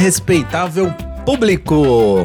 respeitável público!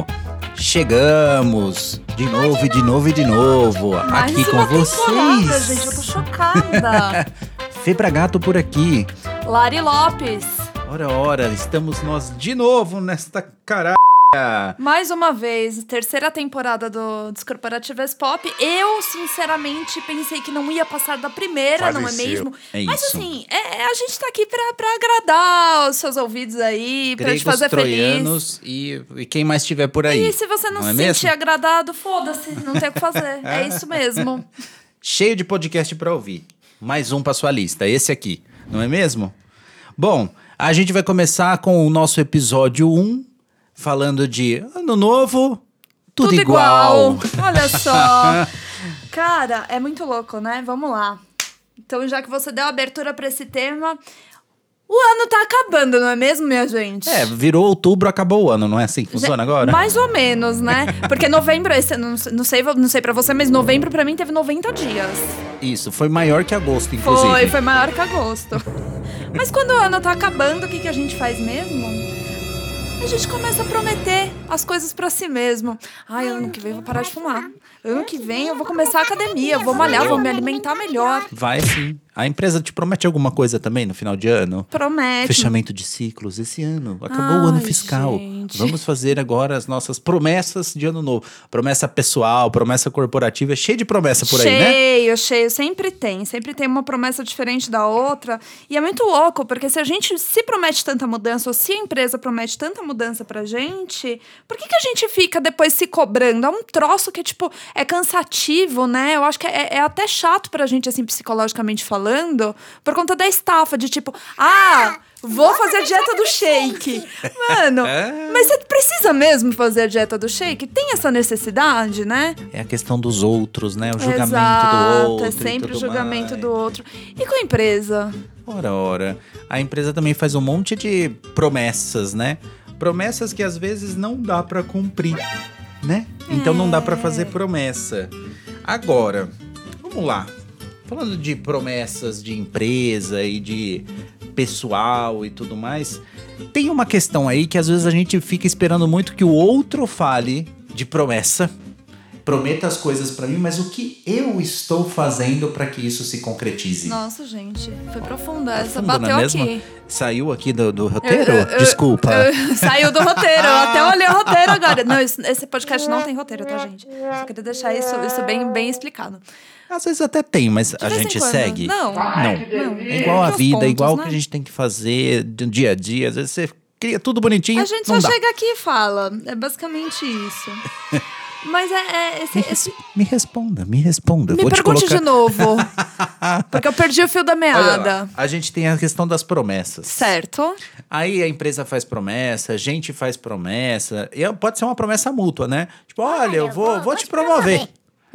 Chegamos de novo e de novo e de novo aqui com vocês. Gente, eu tô chocada. Fê Bragato por aqui. Lari Lopes. Ora, estamos nós de novo nesta caralho. Mais uma vez, terceira temporada do Descorporativas Pop. Eu, sinceramente, pensei que não ia passar da primeira, não é mesmo? Mas isso. assim, a gente tá aqui pra agradar os seus ouvidos aí, pra te fazer troianos feliz. E quem mais estiver por aí. E se você não é se mesmo? sentir agradado, foda-se, não tem o que fazer. É isso mesmo. Cheio de podcast pra ouvir. Mais um pra sua lista, esse aqui, não é mesmo? Bom, a gente vai começar com o nosso episódio 1, falando de Ano Novo, tudo igual. Olha só. Cara, é muito louco, né? Vamos lá. Então, já que você deu abertura pra esse tema, o ano tá acabando, não é mesmo, minha gente? Virou outubro, acabou o ano, não é assim que funciona agora? Mais ou menos, né? Porque novembro, não sei pra você, mas novembro pra mim teve 90 dias. Isso, foi maior que agosto, inclusive. Foi maior que agosto. Mas quando o ano tá acabando, o que a gente faz mesmo? A gente começa a prometer as coisas pra si mesmo. Ano que vem eu vou parar de fumar. Ano que vem eu vou começar a academia, vou malhar, vou me alimentar melhor. Vai sim. A empresa te promete alguma coisa também no final de ano? Promete. Fechamento de ciclos esse ano. Acabou o ano fiscal. Gente. Vamos fazer agora as nossas promessas de ano novo. Promessa pessoal, promessa corporativa. É cheio de promessa por aí, né? Cheio. Sempre tem uma promessa diferente da outra. E é muito louco, porque se a gente se promete tanta mudança, ou se a empresa promete tanta mudança pra gente, por que a gente fica depois se cobrando? É um troço que, é cansativo, né? Eu acho que é até chato pra gente, assim, psicologicamente falando, por conta da estafa, de vou fazer a dieta do shake. Mano, mas você precisa mesmo fazer a dieta do shake? Tem essa necessidade, né? É a questão dos outros, né? O julgamento do outro. É sempre o julgamento mais. do outro. E com a empresa? Ora. A empresa também faz um monte de promessas, né? Promessas que às vezes não dá pra cumprir, né? Então não dá pra fazer promessa. Agora, vamos lá. Falando de promessas de empresa e de pessoal e tudo mais, tem uma questão aí que às vezes a gente fica esperando muito que o outro fale de promessa, prometa as coisas pra mim, mas o que eu estou fazendo pra que isso se concretize? Nossa, gente, foi profunda. Essa Profunda, bateu não é mesmo? aqui. Saiu aqui do roteiro? Desculpa. Saiu do roteiro, eu até olhei o roteiro agora. Não, esse podcast não tem roteiro, tá, gente? Só queria deixar isso bem explicado. Às vezes até tem, mas a vez gente em quando. segue. Não. É igual a Tem os vida, pontos, igual o né? que a gente tem que fazer do dia a dia. Às vezes você cria tudo bonitinho, A gente não só dá. chega aqui e fala. É basicamente isso. Mas Me responda. Me Vou te pergunte colocar... de novo. Porque eu perdi o fio da Olha meada. lá, a gente tem a questão das promessas. Certo. Aí a empresa faz promessa, a gente faz promessa. E pode ser uma promessa mútua, né? Tipo, olha, eu vou te promover.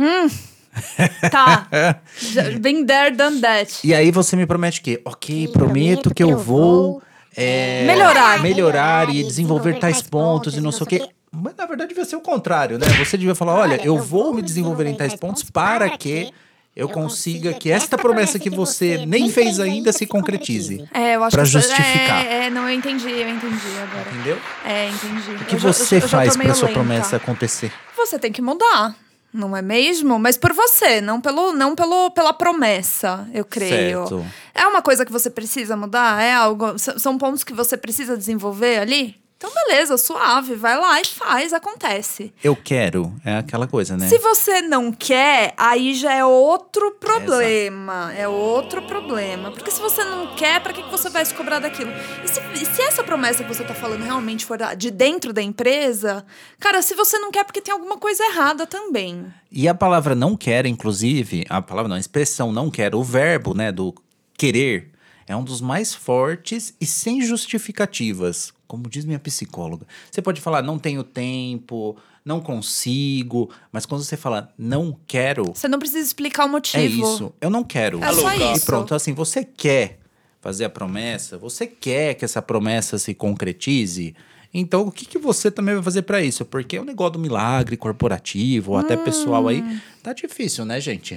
Tá. Been there, done that. E aí você me promete o quê? Ok, prometo que eu vou... melhorar e desenvolver tais pontos e não sei o quê. Mas na verdade devia ser o contrário, né? Você devia falar, olha, eu vou me desenvolver em tais pontos para que eu consiga que esta promessa que você nem fez ainda se concretize. Eu acho pra que justificar. Não, eu entendi agora. Entendeu? Entendi. O que você faz pra sua promessa acontecer? Você tem que mudar. Não é mesmo? Mas por você, não pela promessa, eu creio. Certo. É uma coisa que você precisa mudar? É algo? São pontos que você precisa desenvolver ali? Então, beleza, suave, vai lá e faz, acontece. Eu quero, é aquela coisa, né? Se você não quer, aí já é outro problema. É outro problema. Porque se você não quer, pra que você vai se cobrar daquilo? E se essa promessa que você tá falando realmente for de dentro da empresa, cara, se você não quer, porque tem alguma coisa errada também. E a palavra não quer, inclusive, a expressão não quer, o verbo, né, do querer, é um dos mais fortes e sem justificativas. Como diz minha psicóloga. Você pode falar, não tenho tempo, não consigo, mas quando você fala, não quero... Você não precisa explicar o motivo. É isso, eu não quero. É só E isso. pronto, assim, você quer fazer a promessa, você quer que essa promessa se concretize, então o que você também vai fazer pra isso? Porque o negócio do milagre corporativo, ou até pessoal aí, tá difícil, né, gente?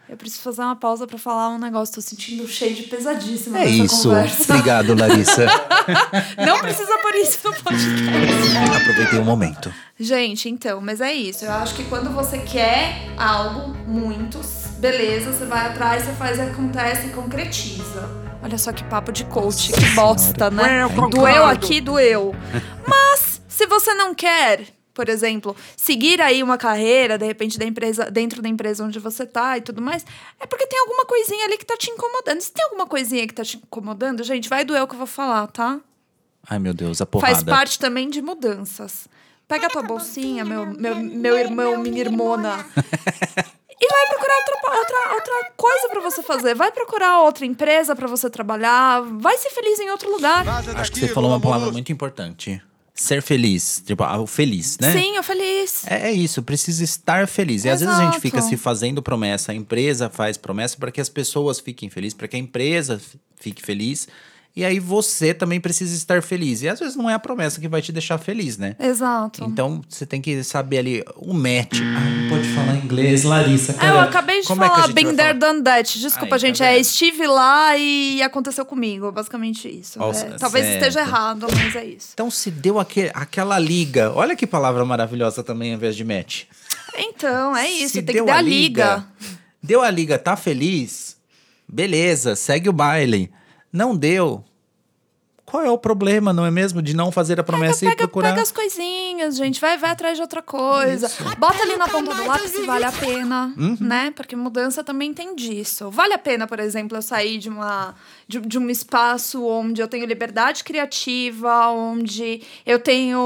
Eu preciso fazer uma pausa pra falar um negócio. Tô sentindo cheio de pesadíssimo É nessa isso. conversa. Obrigado, Larissa. Não precisa pôr isso no podcast. Aproveitei o momento. Gente, então, mas é isso. Eu acho que quando você quer algo muito, beleza, você vai atrás, você faz e acontece e concretiza. Olha só que papo de coach, que bosta, né? Doeu aqui, doeu. Mas, se você não quer, por exemplo, seguir aí uma carreira, de repente, dentro da empresa onde você tá e tudo mais, é porque tem alguma coisinha ali que tá te incomodando. Se tem alguma coisinha que tá te incomodando, gente, vai doer o que eu vou falar, tá? Ai, meu Deus, a porrada. Faz parte também de mudanças. Pega a tua bolsinha, meu irmão, minha irmona. E vai procurar outra coisa pra você fazer. Vai procurar outra empresa pra você trabalhar. Vai ser feliz em outro lugar. Acho que você falou uma palavra muito importante. Ser feliz. Tipo, o feliz, né? Sim, eu feliz. É isso, precisa estar feliz. E às vezes a gente fica se fazendo promessa. A empresa faz promessa para que as pessoas fiquem felizes, para que a empresa fique feliz. E aí você também precisa estar feliz. E às vezes não é a promessa que vai te deixar feliz, né? Exato. Então você tem que saber ali o match. Não pode falar inglês, Larissa. Cara, eu acabei de falar been there, done that. Desculpa, aí, gente. tá estive lá e aconteceu comigo. Basicamente isso. Nossa, talvez certo. esteja errado, mas é isso. Então se deu aquela liga. Olha que palavra maravilhosa também ao invés de match. Então, é isso. Se Tem que deu dar a a liga. Deu a liga, tá feliz? Beleza, segue o baile. Não deu. Qual é o problema, não é mesmo? De não fazer a promessa e procurar... Pega as coisinhas, gente. Vai atrás de outra coisa. Isso. Bota ali na ponta do lápis se vale a pena, né? Porque mudança também tem disso. Vale a pena, por exemplo, eu sair de um espaço onde eu tenho liberdade criativa, onde eu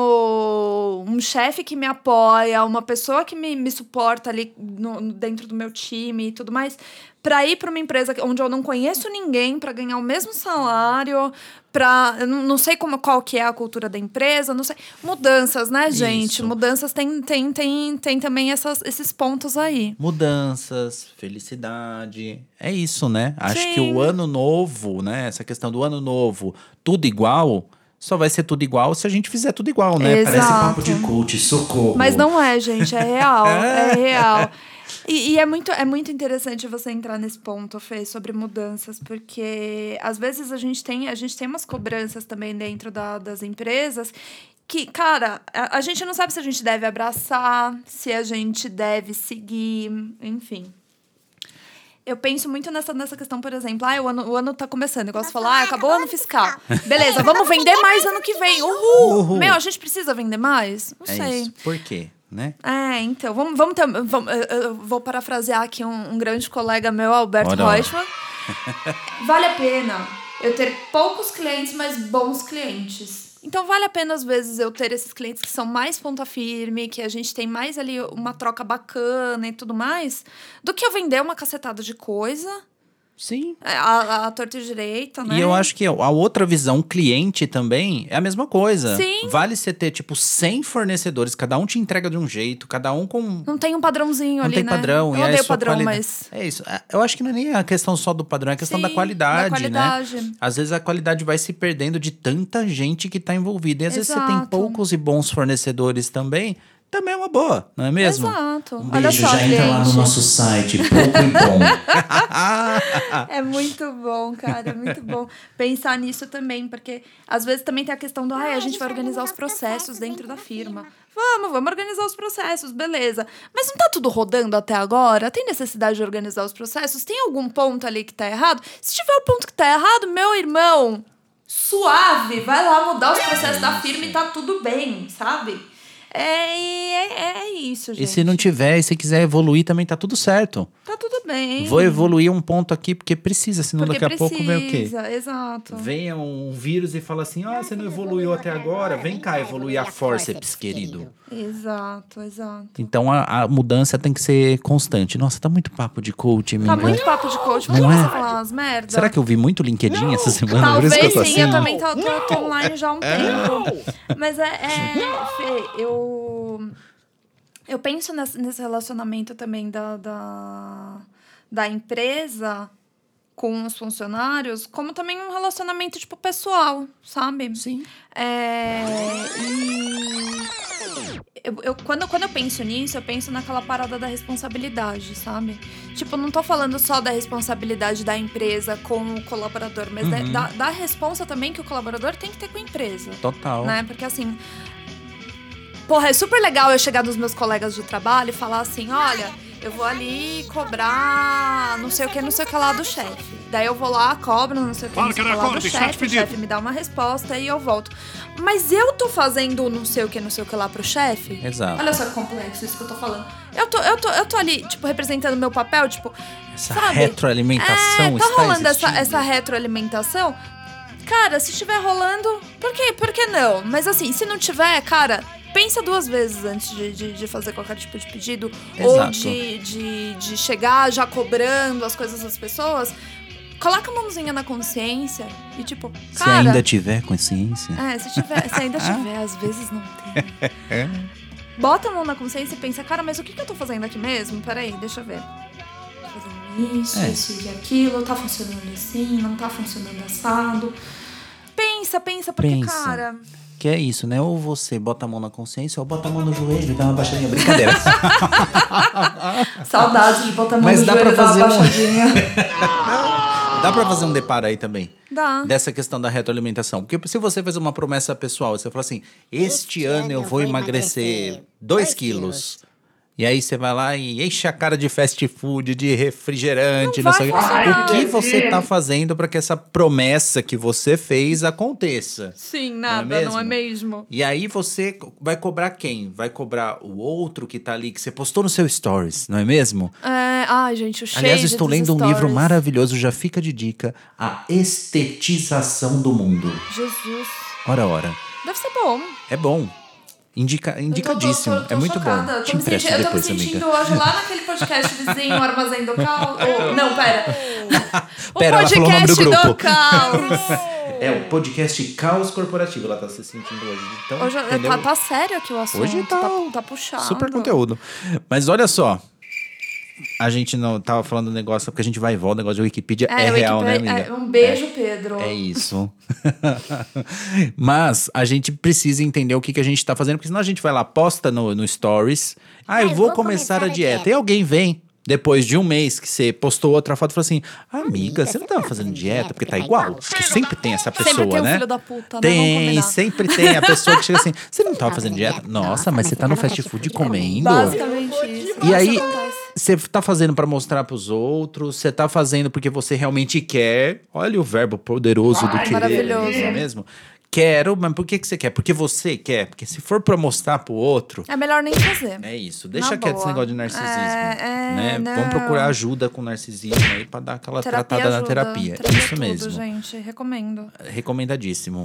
tenho um chefe que me apoia, uma pessoa que me suporta ali dentro do meu time e tudo mais, para ir para uma empresa onde eu não conheço ninguém, para ganhar o mesmo salário, eu não sei qual que é a cultura da empresa, não sei. Mudanças, né, gente? Isso. Mudanças tem também esses pontos aí. Mudanças, felicidade. É isso, né? Acho Sim. que o ano novo, né? Essa questão do ano novo, tudo igual, só vai ser tudo igual se a gente fizer tudo igual, né? Exato. Parece papo de coach, socorro. Mas não é, gente, é real, é real. E é muito interessante você entrar nesse ponto, Fê, sobre mudanças, porque às vezes a gente tem umas cobranças também dentro das empresas que, cara, a gente não sabe se a gente deve abraçar, se a gente deve seguir, enfim. Eu penso muito nessa questão, por exemplo, o ano tá começando, eu gosto de falar, acabou o ano fiscal. Beleza, vamos vender mais ano que vem. Uhul! Meu, a gente precisa vender mais? Não sei. Isso. Por quê? Né? Então, eu vou parafrasear aqui um grande colega meu, Alberto Reutemann. Vale a pena eu ter poucos clientes, mas bons clientes. Então, vale a pena, às vezes, eu ter esses clientes que são mais ponta firme, que a gente tem mais ali uma troca bacana e tudo mais, do que eu vender uma cacetada de coisa. Sim. A torta direita, né? E eu acho que a outra visão, cliente também, é a mesma coisa. Sim. Vale você ter, 100 fornecedores, cada um te entrega de um jeito, cada um com... Não tem um padrãozinho ali, né? Não tem padrão. Eu odeio padrão, mas... É isso. Eu acho que não é nem a questão só do padrão, é a questão da qualidade, né? Às vezes a qualidade vai se perdendo de tanta gente que tá envolvida. E às vezes você tem poucos e bons fornecedores também é uma boa, não é mesmo? Exato. Um Olha beijo, só, já gente. entra lá no nosso site, pouco e bom. É muito bom, cara, é muito bom pensar nisso também, porque às vezes também tem a questão do, a gente vai organizar os processos dentro da firma. Vamos organizar os processos, beleza. Mas não tá tudo rodando até agora? Tem necessidade de organizar os processos? Tem algum ponto ali que tá errado? Se tiver um ponto que tá errado, meu irmão, suave, vai lá mudar os processos da firma e tá tudo bem, sabe? É isso, gente. E se não tiver, e se quiser evoluir, também tá tudo certo. Tá tudo bem. Vou evoluir um ponto aqui porque precisa, senão daqui a pouco vem o quê? Exato. Venha um vírus e fala assim, você não evoluiu até agora, vem cá evoluir a forceps, querido. Exato. Então a mudança tem que ser constante. Nossa, tá muito papo de coach, amiga. Tá muito papo de coach. Vamos começar a falar umas merdas? Será que eu vi muito LinkedIn essa semana? Talvez por isso que eu tô sim, assim? eu também tô online já há um tempo. Mas Fê, eu penso nesse relacionamento também da empresa com os funcionários como também um relacionamento, pessoal, sabe? Sim. E Quando eu penso nisso, eu penso naquela parada da responsabilidade, sabe? Tipo, não tô falando só da responsabilidade da empresa com o colaborador, mas da responsa também que o colaborador tem que ter com a empresa. Total. Né? Porque assim... Porra, é super legal eu chegar dos meus colegas de trabalho e falar assim, olha, eu vou ali cobrar não sei o que lá do chefe. Daí eu vou lá, cobro não sei o que lá do chefe, o chefe me dá uma resposta e eu volto. Mas eu tô fazendo não sei o que lá pro chefe? Exato. Olha só que complexo isso que eu tô falando. Eu tô ali, tipo, representando meu papel, tipo... Essa sabe? retroalimentação tá está rolando existindo. essa retroalimentação. Cara, se estiver rolando, por que não? Mas assim, se não tiver, cara... Pensa 2 vezes antes de fazer qualquer tipo de pedido. Exato. Ou de chegar já cobrando as coisas das pessoas. Coloca a mãozinha na consciência e tipo, cara... Se ainda tiver consciência. Se ainda tiver, às vezes não tem. Bota a mão na consciência e pensa, cara, mas o que eu tô fazendo aqui mesmo? Peraí, deixa eu ver. Tô fazendo isso e aquilo, tá funcionando assim, não tá funcionando assado. Pensa, porque, cara... Que é isso, né? Ou você bota a mão na consciência, ou bota a mão no joelho e dá uma baixadinha. Brincadeira. Saudades de botar a mão no joelho e dar uma baixadinha. Dá pra fazer um deparo aí também. Dá. Dessa questão da retroalimentação. Porque se você faz uma promessa pessoal, você fala assim, este ano eu vou emagrecer 2 quilos. E aí você vai lá e enche a cara de fast food, de refrigerante, não sei o que você tá fazendo para que essa promessa que você fez aconteça? Sim, nada, não é mesmo? E aí você vai cobrar quem? Vai cobrar o outro que tá ali, que você postou no seu stories, não é mesmo? Ai, gente, o cheio. Aliás, eu estou lendo um livro maravilhoso, já fica de dica, A Estetização do Mundo. Jesus. Ora. Deve ser bom. É bom. Indicadíssimo. Tô é muito chocada. bom. Te empresto eu tô depois, me sentindo amiga. hoje lá naquele podcast vizinho, Armazém do Caos. Não, pera. O Pera, ela falou o nome do podcast grupo. do Caos. É o podcast Caos Corporativo. Ela tá se sentindo hoje. Então, Hoje tá sério aqui o assunto. Hoje tá puxado. Super conteúdo. Mas olha só. A gente não tava falando do negócio, porque a gente vai e volta, o negócio de Wikipedia é real, né, amiga? Um beijo, Pedro. É isso. Mas a gente precisa entender o que a gente tá fazendo, porque senão a gente vai lá, posta no Stories. Eu vou começar a dieta. E alguém vem, depois de um mês que você postou outra foto, e falou assim, amiga, você não tava fazendo dieta? Porque tá igual. Porque sempre tem essa pessoa, sempre tem né? um filho da puta, tem, sempre tem a pessoa que chega assim, você não tava fazendo dieta? Nossa, mas você tá no fast food comendo? Basicamente isso. E aí, você tá fazendo pra mostrar pros outros, você tá fazendo porque você realmente quer. Olha o verbo poderoso do querer. Maravilhoso. Não é mesmo? Quero, mas por que você quer? Porque você quer. Porque se for pra mostrar pro outro... É melhor nem fazer. É isso. Deixa quieto esse negócio de narcisismo. né? Não. Vamos procurar ajuda com narcisismo aí pra dar aquela tratada na terapia. Terapia Isso tudo, mesmo. gente. Recomendo. Recomendadíssimo.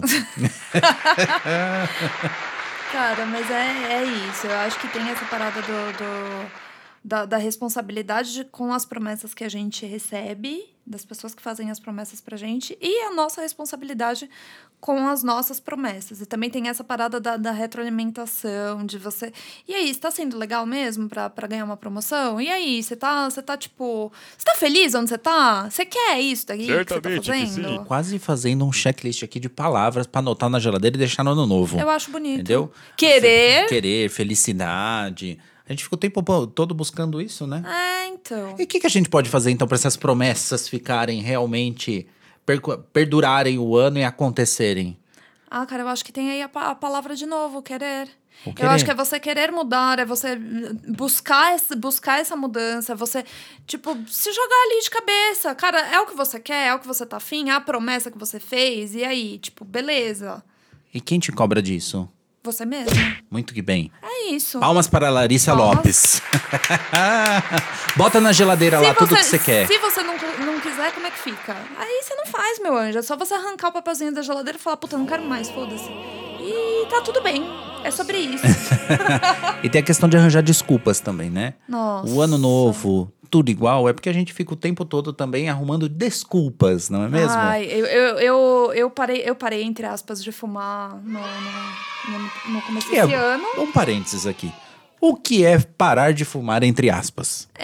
Cara, mas é isso. Eu acho que tem essa parada da responsabilidade com as promessas que a gente recebe, das pessoas que fazem as promessas pra gente, e a nossa responsabilidade com as nossas promessas. E também tem essa parada da retroalimentação, de você... E aí, você tá sendo legal mesmo pra ganhar uma promoção? E aí, você tá tipo... Você tá feliz onde você tá? Você quer isso daqui que você tá fazendo? Tô quase fazendo um checklist aqui de palavras pra anotar na geladeira e deixar no ano novo. Eu acho bonito. Entendeu? Querer, felicidade... A gente fica o tempo todo buscando isso, né? Então. E o que a gente pode fazer, então, para essas promessas ficarem realmente... perdurarem o ano e acontecerem? Cara, eu acho que tem aí a palavra de novo, querer. O querer. Eu acho que é você querer mudar, é você buscar essa mudança, você, tipo, se jogar ali de cabeça. Cara, é o que você quer, é o que você tá afim, é a promessa que você fez, e aí, tipo, beleza. E quem te cobra disso? Você mesmo. Muito que bem. É isso. Palmas para Larissa Lopes. Bota na geladeira lá tudo que você quer. Se você não quiser, como é que fica? Aí você não faz, meu anjo. É só você arrancar o papelzinho da geladeira e falar, puta, não quero mais, foda-se. E tá tudo bem. É sobre isso. E tem a questão de arranjar desculpas também, né? Nossa. O ano novo, tudo igual, é porque a gente fica o tempo todo também arrumando desculpas, não é mesmo? Eu parei, entre aspas, de fumar no começo desse ano. Um parênteses aqui. O que é parar de fumar, entre aspas?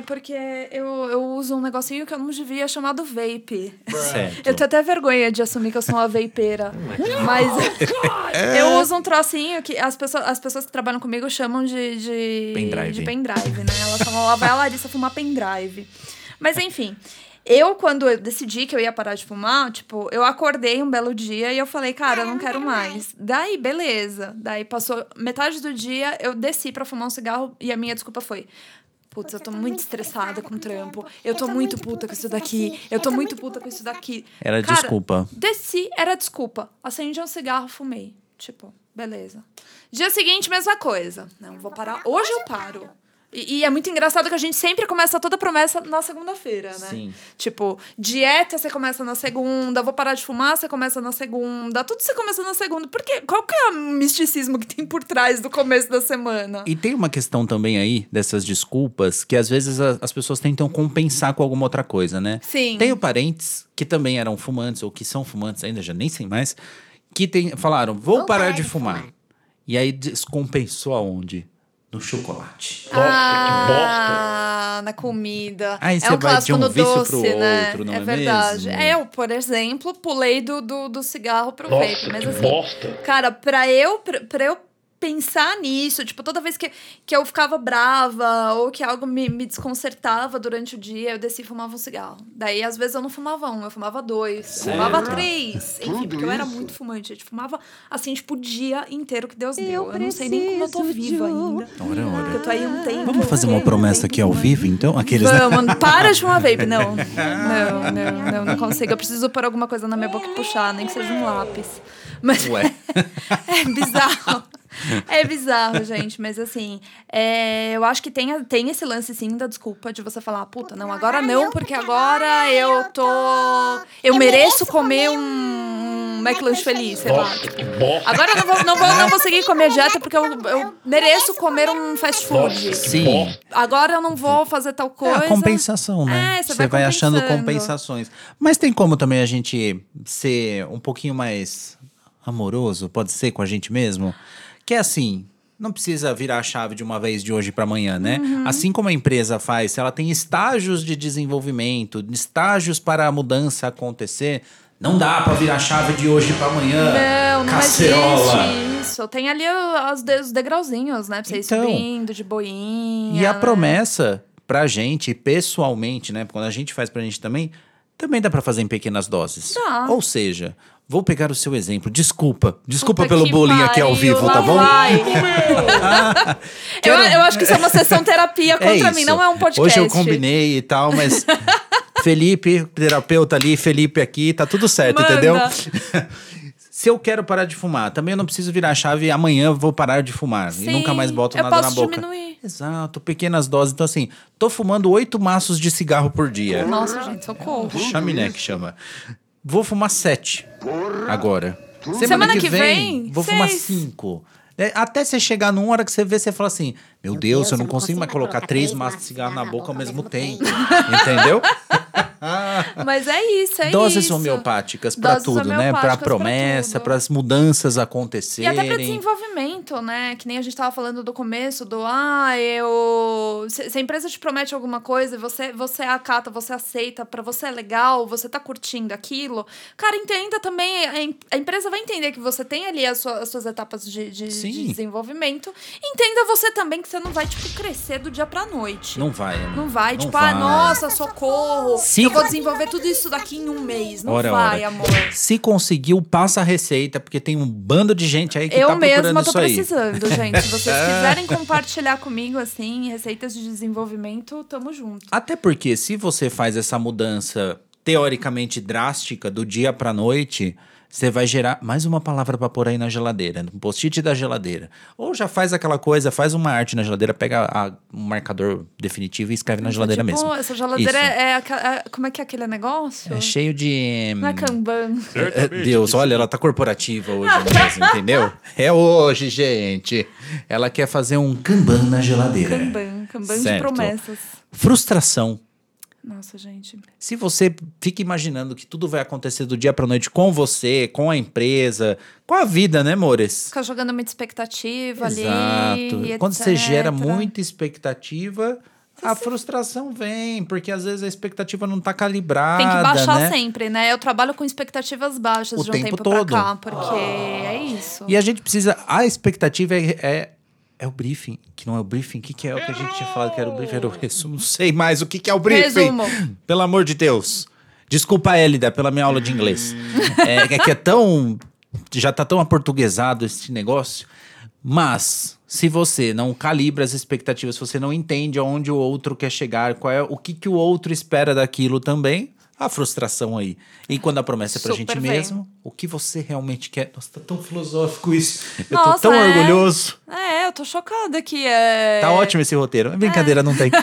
porque eu uso um negocinho que eu não devia, chamado vape. Certo. Eu tenho até vergonha de assumir que eu sou uma vapeira. Mas eu uso um trocinho que as pessoas que trabalham comigo chamam de Pendrive. de pendrive, né? Elas falam, lá vai a Larissa fumar pendrive. Mas enfim, quando eu decidi que eu ia parar de fumar, tipo, eu acordei um belo dia e eu falei, cara, eu não quero mais. Daí, beleza. Daí passou metade do dia, eu desci pra fumar um cigarro e a minha desculpa foi: putz, eu tô muito estressada com o trampo. Eu tô muito puta com isso daqui. Eu tô muito puta com isso daqui. Era Cara, desculpa. Desci, era desculpa. Acendi um cigarro, fumei. Tipo, beleza. Dia seguinte, mesma coisa. Não, vou parar. Hoje eu paro. E é muito engraçado que a gente sempre começa toda a promessa na segunda-feira, né? Sim. Tipo, dieta você começa na segunda, vou parar de fumar, você começa na segunda, tudo você começa na segunda. Porque qual que é o misticismo que tem por trás do começo da semana? E tem uma questão também aí dessas desculpas que às vezes as pessoas tentam compensar com alguma outra coisa, né? Sim. Tenho parentes que também eram fumantes ou que são fumantes ainda, já nem sei mais, que falaram, vou parar de fumar. E aí descompensou aonde? No chocolate. Na comida. Aí você é um vai de clássico um no vício doce, pro né? outro, não é verdade. mesmo? Eu, por exemplo, pulei do cigarro pro Nossa, vape. Mas que assim, bosta. cara, pra eu pensar nisso, tipo, toda vez que eu ficava brava ou que algo me desconcertava durante o dia, eu descia e fumava um cigarro. Daí, às vezes, eu não fumava um, eu fumava dois, fumava três. Enfim, porque eu era muito fumante. Eu fumava, assim, tipo, o dia inteiro que Deus deu. Eu não sei nem como eu tô viva ainda. Ora. Eu tô aí um tempo. Vamos fazer uma promessa aqui ao vivo, então? Aqueles, né? Vamos, para de fumar vape. Não consigo. Eu preciso pôr alguma coisa na minha boca e puxar, nem que seja um lápis. Mas Ué. é bizarro. É bizarro, gente, mas assim, eu acho que tem esse lance, sim, da desculpa de você falar, puta, não, agora não, porque agora eu mereço comer um McLanche feliz, sei lá. Nossa, que bosta. Agora eu não vou seguir comer dieta porque eu mereço comer um fast food. Sim. Agora eu não vou fazer tal É coisa. a compensação, né? Você Você vai achando compensando. compensações. Mas tem como também a gente ser um pouquinho mais amoroso, pode ser, com a gente mesmo? Que é assim, não precisa virar a chave de uma vez de hoje para amanhã, né? Assim como a empresa faz, se ela tem estágios de desenvolvimento, estágios para a mudança acontecer, não dá para virar a chave de hoje para amanhã. Não Cacerola. existe isso. Tem ali os degrauzinhos, né? Pra você ir Então, subindo de boinha. E a né? promessa pra gente, pessoalmente, né? Quando a gente faz pra gente também dá pra fazer em pequenas doses. Dá. Ou seja, vou pegar o seu exemplo. Desculpa Puta pelo que bullying aqui ao pariu, vivo, lá tá bom? vai. Quero- Eu acho que isso é uma sessão terapia contra mim, isso. não é um podcast. Hoje eu combinei e tal, mas Felipe, terapeuta ali, Felipe aqui, tá tudo certo, Manda. entendeu? Se eu quero parar de fumar, também eu não preciso virar a chave e amanhã eu vou parar de fumar. Sim, e nunca mais boto eu nada na posso boca. diminuir. Exato, pequenas doses. Então, assim, tô fumando 8 maços de cigarro por dia. Nossa, gente, socorro. Chaminé que chama. Vou fumar 7 agora. Semana que vem, vou fumar 6. 5. Até você chegar numa hora que você vê, você fala assim: Meu Deus, eu não consigo mais colocar 3 maços de cigarro na boca ao mesmo tempo. Entendeu? Mas é isso, Doses isso. homeopáticas pra Doses tudo, né? Pra homeopáticas pra promessa, tudo. para as mudanças E acontecerem. até pra desenvolvimento, né? Que nem a gente tava falando do começo, se a empresa te promete alguma coisa e você acata, você aceita, pra você é legal, você tá curtindo aquilo, cara, entenda também, a empresa vai entender que você tem ali as suas etapas de Sim. desenvolvimento. Entenda você também que você não vai, tipo, crescer do dia pra noite. Não vai, amor. Não vai, Não tipo, vai. nossa, socorro, Se- eu vou desenvolver tudo isso daqui em um mês. Não Ora, vai, ora. amor. Se conseguiu, passa a receita, porque tem um bando de gente aí que Eu tá procurando mesma tô isso aí. precisando, gente. Se vocês quiserem compartilhar comigo, assim, receitas de desenvolvimento, tamo junto. Até porque se você faz essa mudança teoricamente drástica do dia pra noite, você vai gerar mais uma palavra pra pôr aí na geladeira, no post-it da geladeira. Ou já faz aquela coisa, faz uma arte na geladeira, pega um marcador definitivo e escreve na geladeira tipo, mesmo. Essa geladeira Isso. como é que é aquele negócio? É cheio de... Não é Kanban. Deus, olha, ela tá corporativa hoje mesmo, entendeu? É hoje, gente. Ela quer fazer um Kanban na geladeira. Kanban de Certo. promessas. Frustração. Nossa, gente. Se você fica imaginando que tudo vai acontecer do dia pra noite com você, com a empresa, com a vida, né, amores? Ficar jogando muita expectativa ali. Exato. e Quando você etc. gera muita expectativa, A frustração vem, porque às vezes a expectativa não tá calibrada, Tem que baixar né? sempre, né? Eu trabalho com expectativas baixas O de um tempo tempo todo. pra cá, porque é isso. E a gente precisa... A expectativa é o briefing, que não é o briefing. O que é o que a gente tinha falado que era o briefing? Era o resumo. Não sei mais o que é o briefing. Resumo. Pelo amor de Deus. Desculpa, Hélida, pela minha aula de inglês. É que é tão... Já tá tão aportuguesado esse negócio. Mas, se você não calibra as expectativas, se você não entende aonde o outro quer chegar, o que o outro espera daquilo também, a frustração aí. E quando a promessa é pra Super gente vem. mesmo, o que você realmente quer. Nossa, tá tão filosófico isso. Eu Nossa, tô tão orgulhoso. Eu tô chocada que Tá ótimo esse roteiro. Brincadeira, não tem.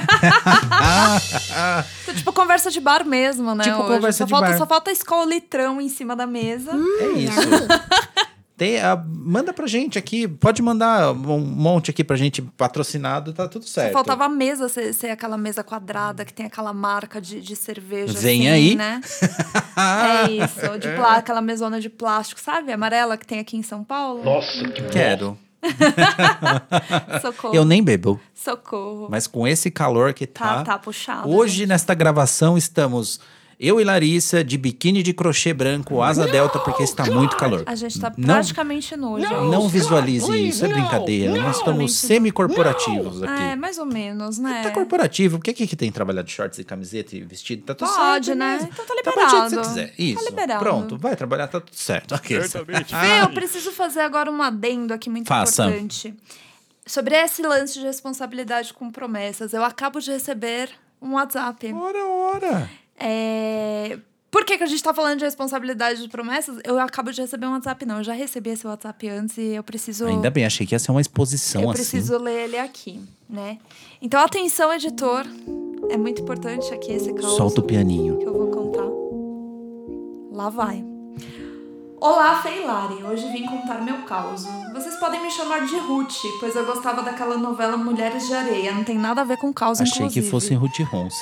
Tipo conversa de bar mesmo, né? Tipo hoje. conversa de bar. Só falta escola litrão em cima da mesa. É isso. Manda pra gente aqui. Pode mandar um monte aqui pra gente patrocinado, tá tudo certo. Só faltava a mesa ser aquela mesa quadrada que tem aquela marca de cerveja. Vem assim, aí. Né? É isso. Aquela mesona de plástico, sabe? Amarela que tem aqui em São Paulo. Nossa, que Quero. Socorro. Eu nem bebo. Socorro. Mas com esse calor que Tá puxado. Hoje, nesta gravação, estamos eu e Larissa de biquíni de crochê branco, asa delta, porque está muito calor. A gente tá Não- praticamente nu, gente. Não visualize isso, é brincadeira. Nós estamos semi-corporativos aqui. É, mais ou menos, né? Tá corporativo, porque aqui que tem que trabalhar de shorts e camiseta e vestido, tá tudo certo. Pode, né? mesmo. Então tá Trabalha do jeito que você liberado. quiser. Isso. Tá liberado. Pronto, vai trabalhar, tá tudo certo. Ok. Fê, eu preciso fazer agora um adendo aqui muito Faça. importante. Sobre esse lance de responsabilidade com promessas, eu acabo de receber um WhatsApp. Ora. Por que a gente tá falando de responsabilidade de promessas? Eu acabo de receber um WhatsApp, não. Eu já recebi esse WhatsApp antes e eu preciso... Ainda bem, achei que ia ser uma exposição Eu assim. preciso ler ele aqui, né? Então, atenção, editor. É muito importante aqui esse caos. Solta o pianinho. Que eu vou contar. Lá vai. Olá, Feilari. Hoje vim contar meu caos. Vocês podem me chamar de Ruth, pois eu gostava daquela novela Mulheres de Areia. Não tem nada a ver com caos, Achei inclusive. que fosse Ruth Ronce.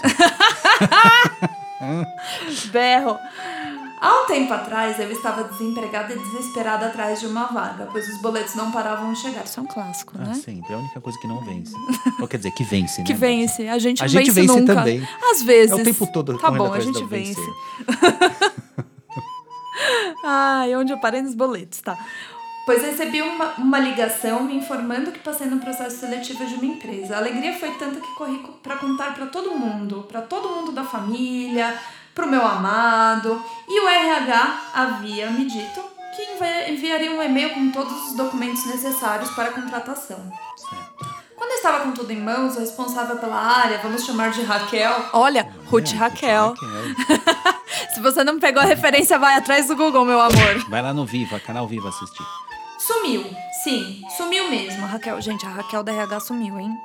Berro. Há um tempo atrás, eu estava desempregada e desesperada atrás de uma vaga, pois os boletos não paravam de chegar. Isso é um clássico, né? Sempre. É a única coisa que não vence. Ou quer dizer, que vence, né? Que vence. A gente A não gente vence vence nunca. também. Às vezes. É o tempo todo Tá correndo bom, a atrás gente do vence. vencer. Ai, onde eu parei nos boletos, tá? Pois recebi uma ligação me informando que passei no processo seletivo de uma empresa. A alegria foi tanta que corri pra contar pra todo mundo da família, pro meu amado. E o RH havia me dito que enviaria um e-mail com todos os documentos necessários para a contratação. Certo. Quando eu estava com tudo em mãos, o responsável pela área, vamos chamar de Raquel. Olha, Ruth Raquel. Se você não pegou a referência, vai atrás do Google, meu amor. Vai lá no Viva, canal Viva assistir. Sumiu, sim, sumiu mesmo, a Raquel. Gente, a Raquel da RH sumiu, hein?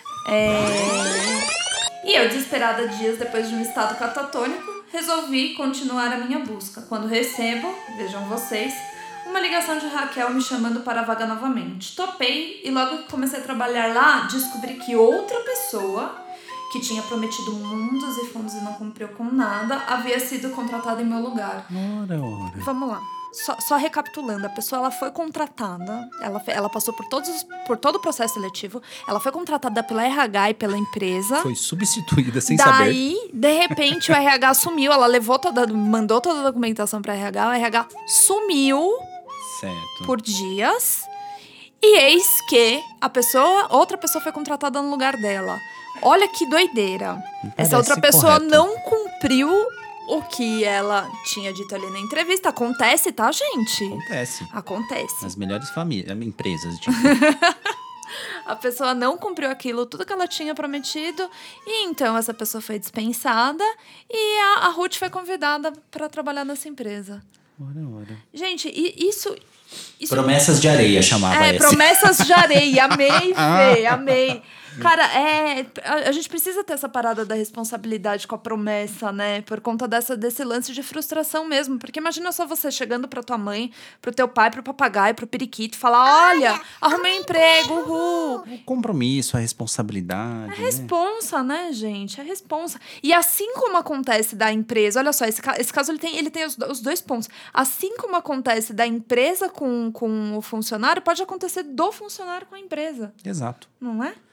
E eu, desesperada dias depois de um estado catatônico, resolvi continuar a minha busca. Quando recebo, vejam vocês, uma ligação de Raquel me chamando para a vaga novamente. Topei e logo que comecei a trabalhar lá, descobri que outra pessoa, que tinha prometido mundos e fundos e não cumpriu com nada, havia sido contratada em meu lugar. Ora. Vamos lá. Só recapitulando, a pessoa ela foi contratada, ela passou por todo o processo seletivo, ela foi contratada pela RH e pela empresa. Foi substituída sem saber. Daí, de repente, o RH sumiu, ela mandou toda a documentação para RH, o RH sumiu Certo. por dias. E eis que outra pessoa foi contratada no lugar dela. Olha que doideira. Essa outra pessoa correto. não cumpriu o que ela tinha dito ali na entrevista. Acontece, tá, gente? Acontece. Acontece. Nas melhores empresas, tipo. A pessoa não cumpriu tudo que ela tinha prometido. E então essa pessoa foi dispensada. E a Ruth foi convidada para trabalhar nessa empresa. Ora. Gente, isso Promessas de areia chamava essa. Promessas de areia. Amei, Fê, amei. Cara, a gente precisa ter essa parada da responsabilidade com a promessa, né? Por conta desse lance de frustração mesmo. Porque imagina só você chegando pra tua mãe, pro teu pai, pro papagaio, pro periquito, falar: olha, arrumei um emprego, uhul. O compromisso, a responsabilidade. É responsa, né, gente? É responsa. E assim como acontece da empresa, olha só, esse caso ele tem os dois pontos. Assim como acontece da empresa com o funcionário, pode acontecer do funcionário com a empresa. Exato. Não é?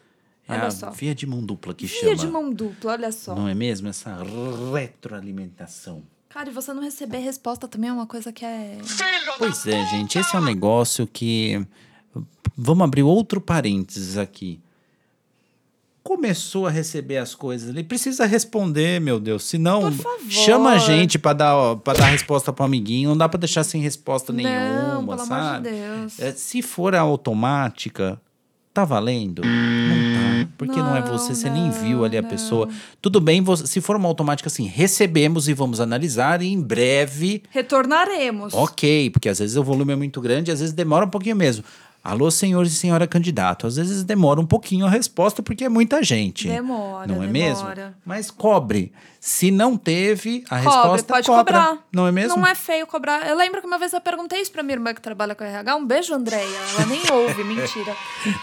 É Olha a só. via de mão dupla que Via chama. de mão dupla, olha só. Não é mesmo? Essa retroalimentação. Cara, e você não receber resposta também é uma coisa que é... Pois é, gente. Esse é um negócio que... Vamos abrir outro parênteses aqui. Começou a receber as coisas ali, precisa responder, meu Deus. Senão, Por favor. chama a gente pra dar resposta pro amiguinho. Não dá pra deixar sem resposta nenhuma, Não, pelo sabe? amor de Deus. Se for a automática, tá valendo? Não tá. Porque não é você, você nem viu ali a pessoa. Tudo bem, se for uma automática assim, recebemos e vamos analisar e em breve... Retornaremos. Ok, porque às vezes o volume é muito grande, às vezes demora um pouquinho mesmo. Alô, senhores e senhora candidato. Às vezes demora um pouquinho a resposta porque é muita gente. Demora, não é demora. mesmo? Mas cobre. Se não teve a Cobre, resposta, pode cobra. cobrar. Não é mesmo? Não é feio cobrar. Eu lembro que uma vez eu perguntei isso pra minha irmã que trabalha com RH. Um beijo, Andréia. Ela nem ouve, mentira.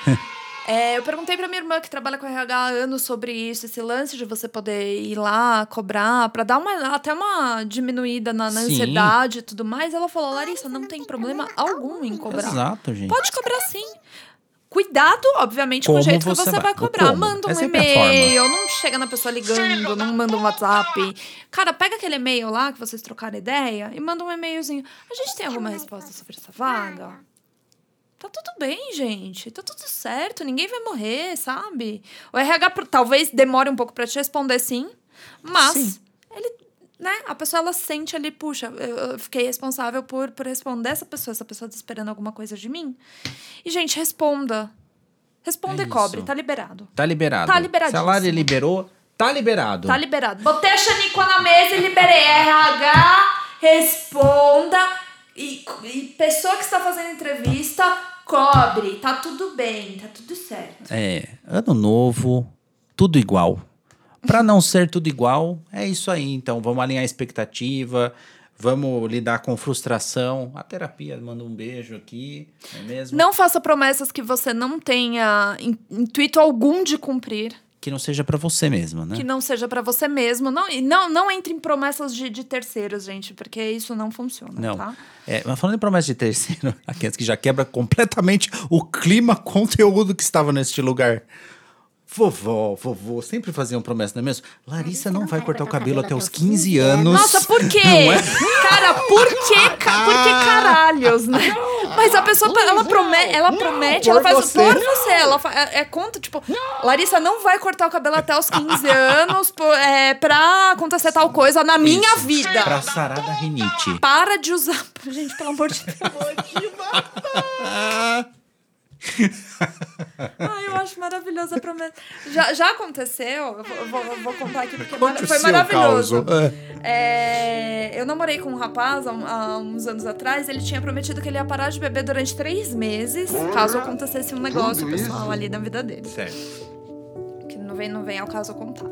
Eu perguntei pra minha irmã que trabalha com RH há anos sobre isso, esse lance de você poder ir lá, cobrar, pra dar até uma diminuída na Sim. ansiedade e tudo mais. Ela falou, Larissa, não tem problema algum em cobrar. Exato, gente. Pode cobrar sim. Cuidado, obviamente, com o Como jeito que você você vai- vai cobrar. como? Manda um É sempre a e-mail, não chega na pessoa ligando, não manda um WhatsApp. Cara, pega aquele e-mail lá que vocês trocaram ideia e manda um e-mailzinho. A gente tem alguma resposta sobre essa vaga? Tá tudo bem, gente. Tá tudo certo. Ninguém vai morrer, sabe? O RH talvez demore um pouco pra te responder, sim. Mas Sim. ele, né? A pessoa, ela sente ali, puxa, eu fiquei responsável por responder essa pessoa. Essa pessoa tá esperando alguma coisa de mim. E, gente, responda. Responda É e cobre. isso. Tá liberado. Tá liberado. Tá liberadíssimo. Se a Lari liberou, tá liberado. Tá liberado. Botei a Xanico na mesa e liberei. RH, responda. E pessoa que está fazendo entrevista, cobre. Tá tudo bem, tá tudo certo. Ano novo, tudo igual. Pra não ser tudo igual, é isso aí. Então, vamos alinhar a expectativa, vamos lidar com frustração. A terapia manda um beijo aqui, não é mesmo? Não faça promessas que você não tenha intuito algum de cumprir. Que não seja pra você mesmo, né? Que não seja pra você mesmo. Não entre em promessas de terceiros, gente, porque isso não funciona, Não. tá? Mas falando em promessa de terceiro, aqueles que já quebra completamente o clima, conteúdo que estava neste lugar. Vovó, sempre faziam promessa, não é mesmo? Larissa não vai cortar o cabelo até os 15 anos. Nossa, por quê? Não é? Cara, por quê? Por que caralhos, né? Mas a pessoa, ela promete, ela faz por você. Ela conta, tipo, Larissa não vai cortar o cabelo até os 15 anos pra acontecer tal coisa na minha vida. Pra sarar da rinite. Para de usar. Gente, pelo amor de Deus. Ai, eu acho maravilhosa a promessa. Já aconteceu, eu vou contar aqui porque foi maravilhoso. Eu namorei com um rapaz há uns anos atrás. Ele tinha prometido que ele ia parar de beber durante 3 meses, caso acontecesse um negócio pessoal ali na vida dele. Certo. Que não vem ao caso eu contar.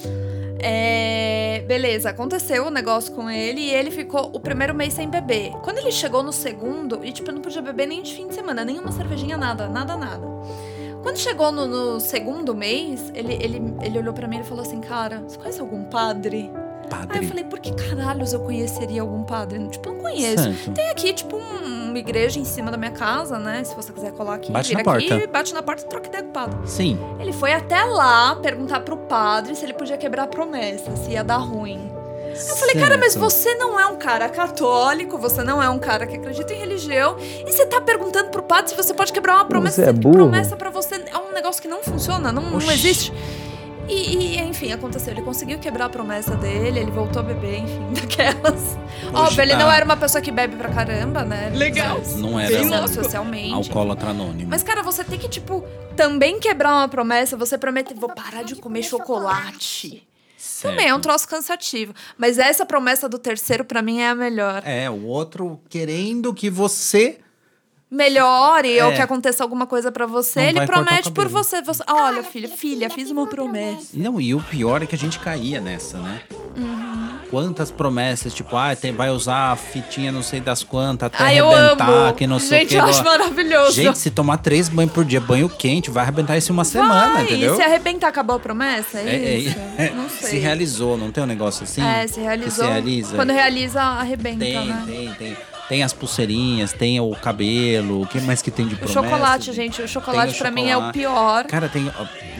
Beleza, aconteceu o negócio com ele e ele ficou o primeiro mês sem beber. Quando ele chegou no segundo, e tipo, eu não podia beber nem de fim de semana, nenhuma cervejinha, nada. Quando chegou no segundo mês, ele olhou pra mim e falou assim, cara, você conhece algum padre? Aí eu falei, por que caralhos eu conheceria algum padre? Tipo, eu não conheço. Certo. Tem aqui, tipo, uma igreja em cima da minha casa, né? Se você quiser colar aqui, Bate vira na aqui, porta. bate na porta e troca ideia com o padre. Sim. Ele foi até lá perguntar pro padre se ele podia quebrar a promessa, se ia dar ruim. Eu falei, cara, mas você não é um cara católico, você não é um cara que acredita em religião, e você tá perguntando pro padre se você pode quebrar uma promessa. Você é burro. Promessa pra você é um negócio que não funciona, não existe. E, enfim, aconteceu. Ele conseguiu quebrar a promessa dele, ele voltou a beber, enfim, daquelas. Óbvio, ele não era uma pessoa que bebe pra caramba, né? Legal. Não era Pensando um socialmente. alcoólatra anônimo. Mas, cara, você tem que, tipo, também quebrar uma promessa. Você promete, vou parar de comer chocolate. Certo. Também é um troço cansativo. Mas essa promessa do terceiro, pra mim, é a melhor. O outro querendo que você... Melhore ou que aconteça alguma coisa pra você. Não ele vai cortar o promete por cabelo. você. Olha, filha, fiz uma promessa. Não, e o pior é que a gente caía nessa, né? Quantas promessas, tipo, vai usar a fitinha não sei das quantas, até Eu arrebentar, amo. que não sei o Gente, que. eu acho maravilhoso. Gente, se tomar 3 banhos por dia, banho quente, vai arrebentar isso em uma semana, entendeu? E se arrebentar, acabou a promessa? É isso? Não sei. Se realizou, não tem um negócio assim? Se realizou. Que se realiza? Quando realiza, arrebenta, Tem, né? tem. Tem as pulseirinhas, tem o cabelo, o que mais que tem de O promessa? chocolate, gente. O chocolate Tem o pra mim é o chocolate. pior. Cara, tem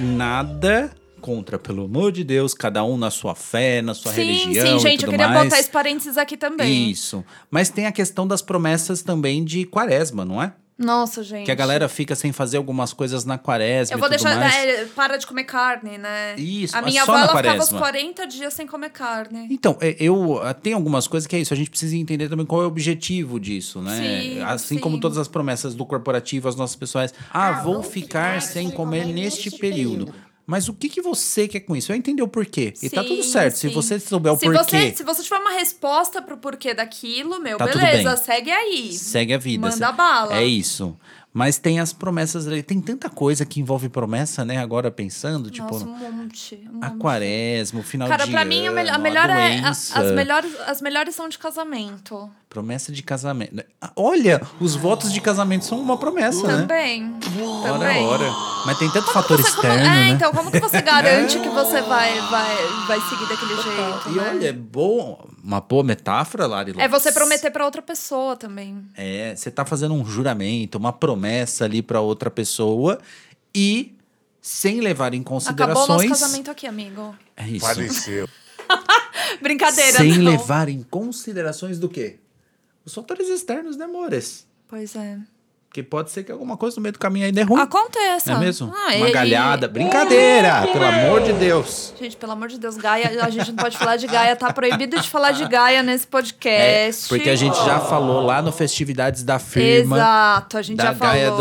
nada contra, pelo amor de Deus, cada um na sua fé, na sua religião Sim, e gente, eu tudo queria mais. botar esse parênteses aqui também. Isso. Mas tem a questão das promessas também de quaresma, não é? Nossa, gente. Que a galera fica sem fazer algumas coisas na quaresma Eu vou e tudo deixar. mais. Para de comer carne, né? Isso, A mas minha só avó, na ela ficava os quaresma. 40 dias sem comer carne. Então, tem algumas coisas que é isso. A gente precisa entender também qual é o objetivo disso, né? Sim, Assim sim. como todas as promessas do corporativo, as nossas pessoais. Vou ficar sem comer neste período. Mas o que você quer com isso? Eu entender o porquê. E tá tudo Sim, certo. Se sim. você souber o Se porquê, se você tiver uma resposta pro porquê daquilo, Tá tudo beleza, bem. segue aí. segue a vida. Manda bala. É isso. Mas tem as promessas ali. Tem tanta coisa que envolve promessa, né? Agora pensando, tipo, Nossa, um monte. a quaresma, o final Cara, de pra mim, ano, a melhor doença. as melhores são de casamento. Promessa de casamento. Olha, os votos de casamento são uma promessa, né? Também. Ora, ora. Mas tem tanto fator externo, né? Então, como que você garante que você vai seguir daquele jeito, E né? olha, uma boa metáfora, Lari. É você prometer pra outra pessoa também. Você tá fazendo um juramento, uma promessa ali pra outra pessoa e sem levar em Acabou o considerações. nosso casamento aqui, amigo. É isso. Faleceu. Brincadeira, Sem não. levar em considerações do quê? Os fatores externos, né, amores? Pois é. Porque pode ser que alguma coisa no meio do caminho aí dê ruim. Aconteça. Não é mesmo? Ah, Uma e- galhada. Brincadeira, pelo amor de Deus. Gente, pelo amor de Deus, Gaia, a gente não pode falar de Gaia, tá proibido de falar de Gaia nesse podcast. Porque a gente já falou lá no Festividades da Firma. Exato, a gente Da já falou. Gaia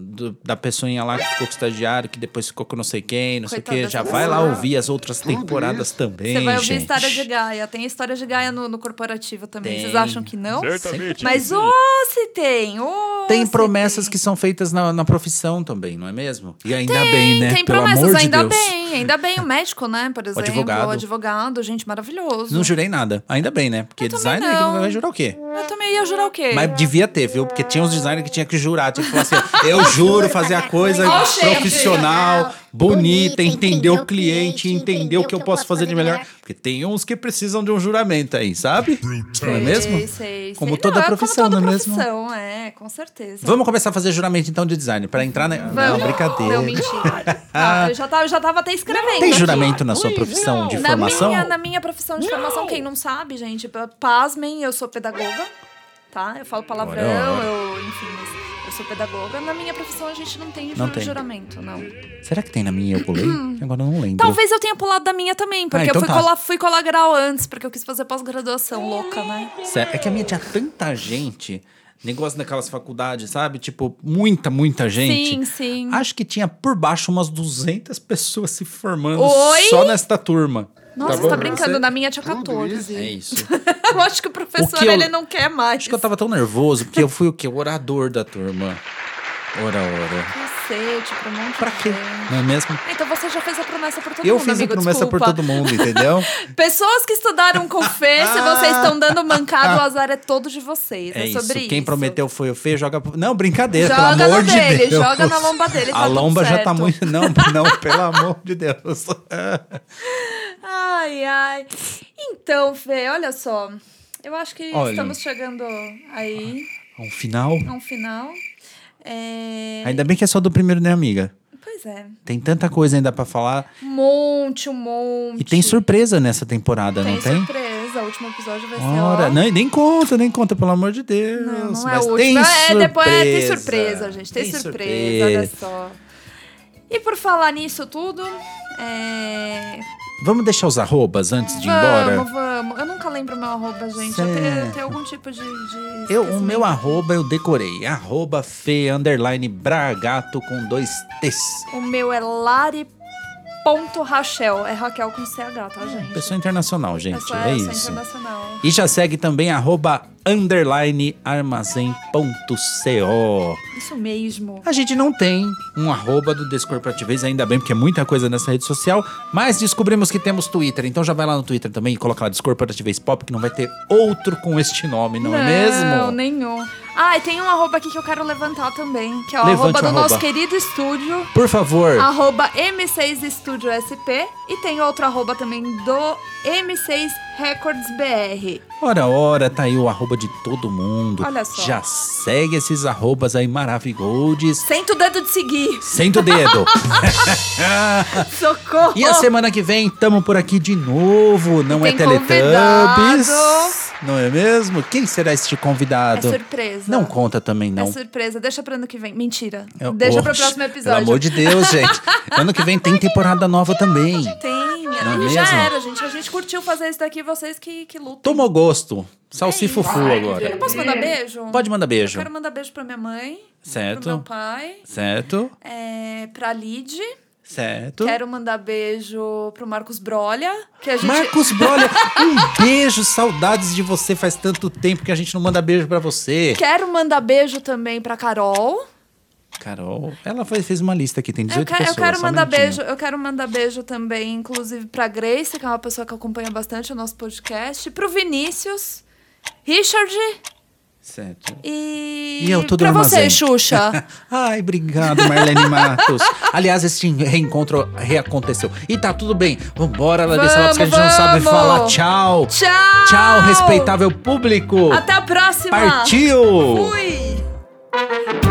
da pessoinha lá que ficou com o estagiário, que depois ficou com não sei quem, não sei o Coitada quê. Já dessa vai lá pessoa. ouvir as outras temporadas também, Você vai ouvir gente. história de Gaia. Tem história de Gaia no corporativo também. Tem. Vocês acham que não? Certamente. Mas se tem. Tem Se promessas tem. que são feitas na profissão também, não é mesmo? E ainda bem, né? Tem Pelo promessas, amor de ainda Deus. bem. Ainda bem o médico, né? Por exemplo. advogado. O advogado, gente, maravilhoso. Não jurei nada. Ainda bem, né? Porque Eu também designer não. vai jurar o quê? Eu também ia jurar o quê? Mas devia ter, viu? Porque tinha uns designers que tinha que jurar. Tinha que falar assim, eu juro fazer a coisa Ó, chefe. profissional, bonita, entender o cliente, entender o que eu posso fazer de melhor. Porque tem uns que precisam de um juramento aí, sabe? Não é mesmo? Sei. Como toda profissão, como toda não é mesmo? profissão, com certeza. Vamos começar a fazer juramento então de design, pra entrar na... Não, brincadeira. Não, mentira. Eu já tava até escrevendo. Tem aqui. juramento na sua profissão de formação? Na minha profissão de formação, quem não sabe, gente, pasmem, eu sou pedagoga, tá? Eu falo palavrão, Ora. enfim, mas eu sou pedagoga. Na minha profissão a gente não tem Não tem. juramento, não. Será que tem na minha? Eu pulei? Agora eu não lembro. Talvez eu tenha pulado da minha também, porque então eu tá. fui colar grau antes, porque eu quis fazer pós-graduação, louca, né? Sério, é que a minha tinha tanta gente, negócio daquelas faculdades, sabe? Tipo, muita gente. Sim, sim. Acho que tinha por baixo umas 200 pessoas se formando Oi? só nesta turma. Nossa, bom você tá pra brincando, você? na minha tinha 14. É isso. Eu acho que o professor, O que eu- ele não quer mais. Acho que eu tava tão nervoso, porque eu fui o quê? O orador da turma. Ora. Cacete, pra um monte Pra de quê? gente. Não é mesmo? Então você já fez a promessa por todo Eu mundo, fiz amigo, a promessa desculpa. por todo mundo, entendeu? Pessoas que estudaram com Fê, se vocês estão dando mancado, o azar é todo de vocês. É, isso. sobre isso. Quem prometeu foi o Fê, joga... Não, brincadeira, Joga pelo amor no de dele, Deus. joga na lomba dele, tá A tudo lomba já tá certo. muito... Não, pelo amor de Deus. Ai. Então, Fê, olha só. Eu acho que Olha. estamos chegando aí Um final... a um final. Ainda bem que é só do primeiro, né, amiga? Pois é. Tem tanta coisa ainda pra falar. Um monte. E tem surpresa nessa temporada, não tem? surpresa. O último episódio vai ser, Ora, ó... nem conta, pelo amor de Deus. Não é Mas o tem último. surpresa. Depois tem surpresa, gente. Tem surpresa, olha só. E por falar nisso tudo, Vamos deixar os arrobas antes de ir embora? Vamos. Eu nunca lembro meu arroba, gente. Eu Certo. tenho algum tipo de O meu arroba eu decorei. Arroba Fê_Bragato com 2 T's. O meu é Lari.Rachel. É Raquel com CH, tá, gente? Pessoa internacional, gente. Pessoa É essa isso. internacional. E já segue também @armazém.co. Isso mesmo. A gente não tem um arroba do Descorporativez, ainda bem, porque é muita coisa nessa rede social, mas descobrimos que temos Twitter, então já vai lá no Twitter também e coloca lá Descorporativez Pop, que não vai ter outro com este nome, não é mesmo? Não, nenhum. Ah, e tem um arroba aqui que eu quero levantar também, que é o Levante arroba o do arroba. nosso querido estúdio, Por favor. arroba M6 Estúdio SP. E tem outro arroba também do M6 Records BR. Ora, tá aí o arroba de todo mundo. Olha só. Já segue esses arrobas aí maravilhosos. Senta o dedo de seguir. Senta o dedo. Socorro. E a semana que vem, tamo por aqui de novo. Não é tem Teletubbies. convidado. Não é mesmo? Quem será este É convidado? surpresa. Não conta também, não. É surpresa. Deixa pra ano que vem. Mentira. Eu- Deixa pro Oxe, próximo episódio. Pelo amor de Deus, gente. Ano que vem tem temporada nova também. Tem. Não é E já mesmo? era, gente. A gente curtiu fazer isso daqui, vocês que lutam. Tomou gosto. Salsifufu Eu agora. posso mandar beijo? Pode mandar beijo. Eu quero mandar beijo pra minha mãe. Certo. Pro meu pai. Certo. Pra Lid. Certo. Quero mandar beijo pro Marcos Brolha. Que a gente... Marcos Brolha, um beijo, saudades de você. Faz tanto tempo que a gente não manda beijo pra você. Quero mandar beijo também pra Carol. Carol, ela fez uma lista aqui, tem 18 Eu pessoas. quero só um mandar minutinho. beijo. Eu quero mandar beijo também, inclusive, pra Grace, que é uma pessoa que acompanha bastante o nosso podcast. Pro Vinícius, Richard Certo. e E eu tô do pra armazém. você, Xuxa. Ai, obrigado, Marlene Matos. Aliás, esse reencontro reaconteceu. E tá tudo bem. Vambora, Larissa Lopes, que a gente não sabe Vamos. falar tchau. Tchau! Tchau, respeitável público. Até a próxima! Partiu! Fui!